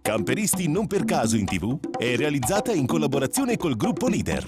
Camperisti non per caso in TV è realizzata in collaborazione col gruppo Leader.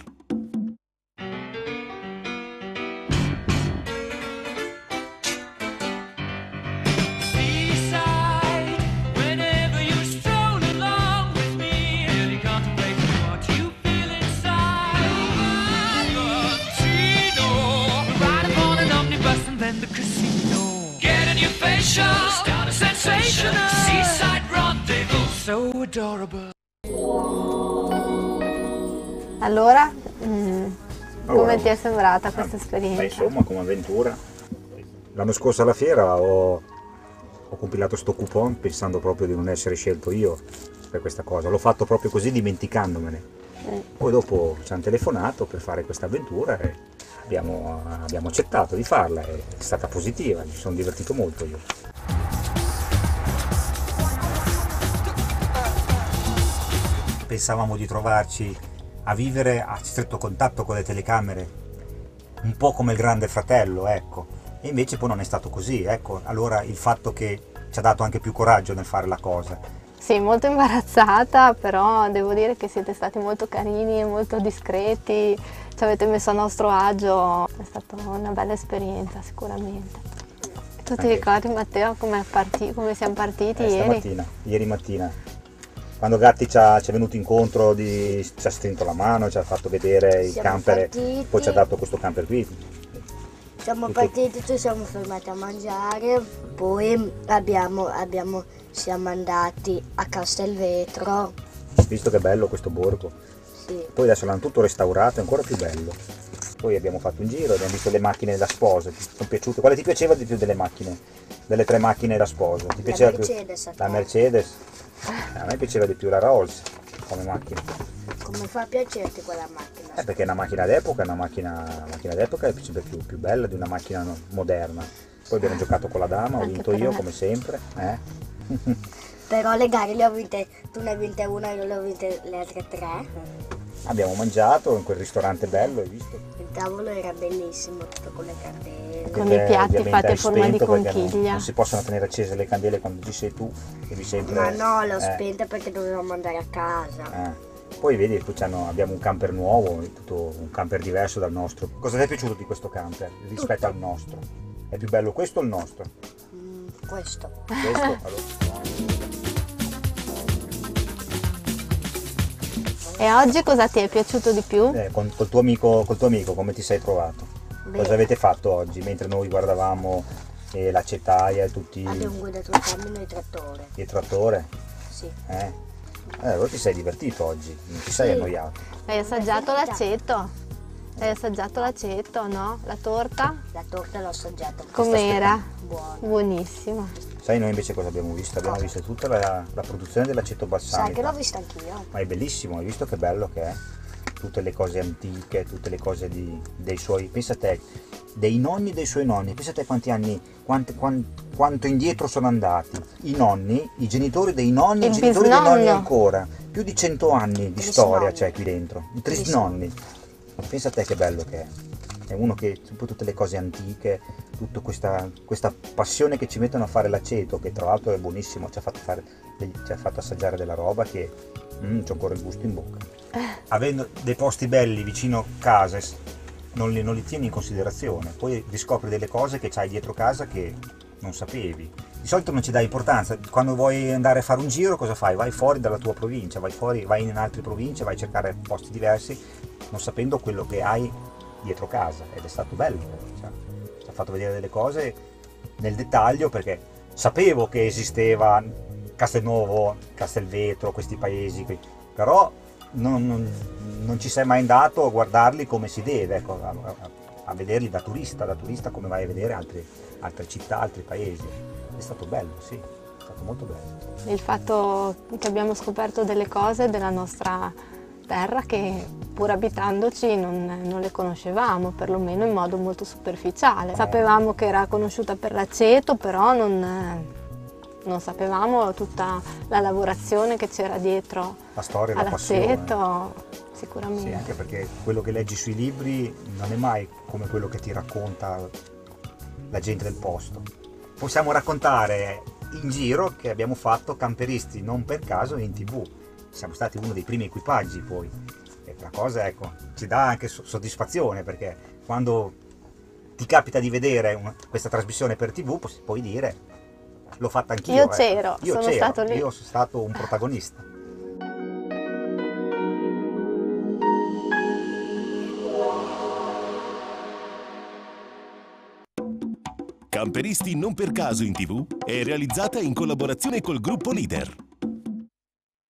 Allora, come ti è sembrata questa esperienza? Insomma, come avventura. L'anno scorso alla fiera ho compilato sto coupon pensando proprio di non essere scelto io per questa cosa. L'ho fatto proprio così, dimenticandomene. Poi dopo ci hanno telefonato per fare questa avventura e abbiamo accettato di farla. È stata positiva, mi sono divertito molto io. Pensavamo di trovarci a vivere a stretto contatto con le telecamere, un po' come il Grande Fratello, ecco. E invece poi non è stato così, ecco. Allora il fatto che ci ha dato anche più coraggio nel fare la cosa. Sì, molto imbarazzata, però devo dire che siete stati molto carini e molto discreti, ci avete messo a nostro agio, è stata una bella esperienza sicuramente. Tu ti ricordi, Matteo, come siamo partiti ieri? Ieri mattina. Quando Gatti ci è venuto incontro, ci ha stretto la mano, ci ha fatto vedere il camper, poi ci ha dato questo camper qui. Siamo partiti, ci siamo fermati a mangiare, poi siamo andati a Castelvetro. Visto che è bello questo borgo? Sì. Poi adesso l'hanno tutto restaurato, è ancora più bello. Poi abbiamo fatto un giro, abbiamo visto le macchine da sposa, ti sono piaciute? Quale ti piaceva di più delle macchine? Delle 3 macchine da sposa? Ti piaceva Mercedes, più? La Mercedes? A me piaceva di più la Rolls come macchina. Come fa a piacerti quella macchina? Perché è una macchina d'epoca, una macchina d'epoca è più bella di una macchina moderna. Poi abbiamo giocato con la dama, ho vinto io come sempre. Però le gare le ho vinte, tu ne hai vinte una, io le ho vinte le altre 3. Abbiamo mangiato in quel ristorante bello, hai visto? Il tavolo era bellissimo, tutto con le candele. Con i piatti fatti a forma di conchiglia. Non si possono tenere accese le candele quando ci sei tu, devi sempre... Ma no, l'ho spenta perché dovevamo andare a casa. Poi vedi, abbiamo un camper nuovo, tutto un camper diverso dal nostro. Cosa ti è piaciuto di questo camper rispetto al nostro? È più bello questo o il nostro? Questo. Questo? Allora. E oggi cosa ti è piaciuto di più? Col tuo amico come ti sei trovato? Bene. Cosa avete fatto oggi mentre noi guardavamo l'acetaia e tutti... Abbiamo guidato il camion e il trattore. Il trattore? Sì. Allora ti sei divertito oggi, non ti sei annoiato? Hai assaggiato l'aceto? Hai assaggiato l'aceto, no? La torta? La torta l'ho assaggiata. Com'era? Buona. Buonissima. Sai noi invece cosa abbiamo visto? Abbiamo visto tutta la produzione dell'aceto balsamico. Sai che l'ho vista anch'io. Ma è bellissimo, hai visto che bello che è? Tutte le cose antiche, tutte le cose dei suoi... Pensa a te, dei nonni dei suoi nonni, pensa a te quanti anni, quanto indietro sono andati. I nonni, i genitori dei nonni, i genitori dei nonni ancora. Più di 100 anni di storia c'è qui dentro. I trisnonni. Pensa a te che bello che è. È uno che, poi tutte le cose antiche, tutta questa passione che ci mettono a fare l'aceto, che tra l'altro è buonissimo, ci ha fatto assaggiare della roba che c'ho ancora il gusto in bocca. Avendo dei posti belli vicino casa, non li tieni in considerazione, poi riscopri delle cose che c'hai dietro casa che non sapevi. Di solito non ci dai importanza, quando vuoi andare a fare un giro cosa fai? Vai fuori dalla tua provincia, vai in altre province, vai a cercare posti diversi, non sapendo quello che hai dietro casa, ed è stato bello, ci ha fatto vedere delle cose nel dettaglio, perché sapevo che esisteva Castelnuovo, Castelvetro, questi paesi qui, però non ci sei mai andato a guardarli come si deve, ecco, a vederli da turista come vai a vedere altre città, altri paesi. È stato bello, sì, è stato molto bello. Il fatto che abbiamo scoperto delle cose della nostra terra che pur abitandoci non le conoscevamo, perlomeno in modo molto superficiale. Sapevamo che era conosciuta per l'aceto, però non sapevamo tutta la lavorazione che c'era dietro la storia, all'aceto, sicuramente. Sì, anche perché quello che leggi sui libri non è mai come quello che ti racconta la gente del posto. Possiamo raccontare in giro che abbiamo fatto camperisti non per caso in TV. Siamo stati uno dei primi equipaggi poi. E la cosa, ecco, ci dà anche soddisfazione, perché quando ti capita di vedere questa trasmissione per TV puoi dire l'ho fatta anch'io. Io c'ero, Io sono stato lì. Io sono stato un protagonista. Camperisti non per caso in TV è realizzata in collaborazione col gruppo Leader.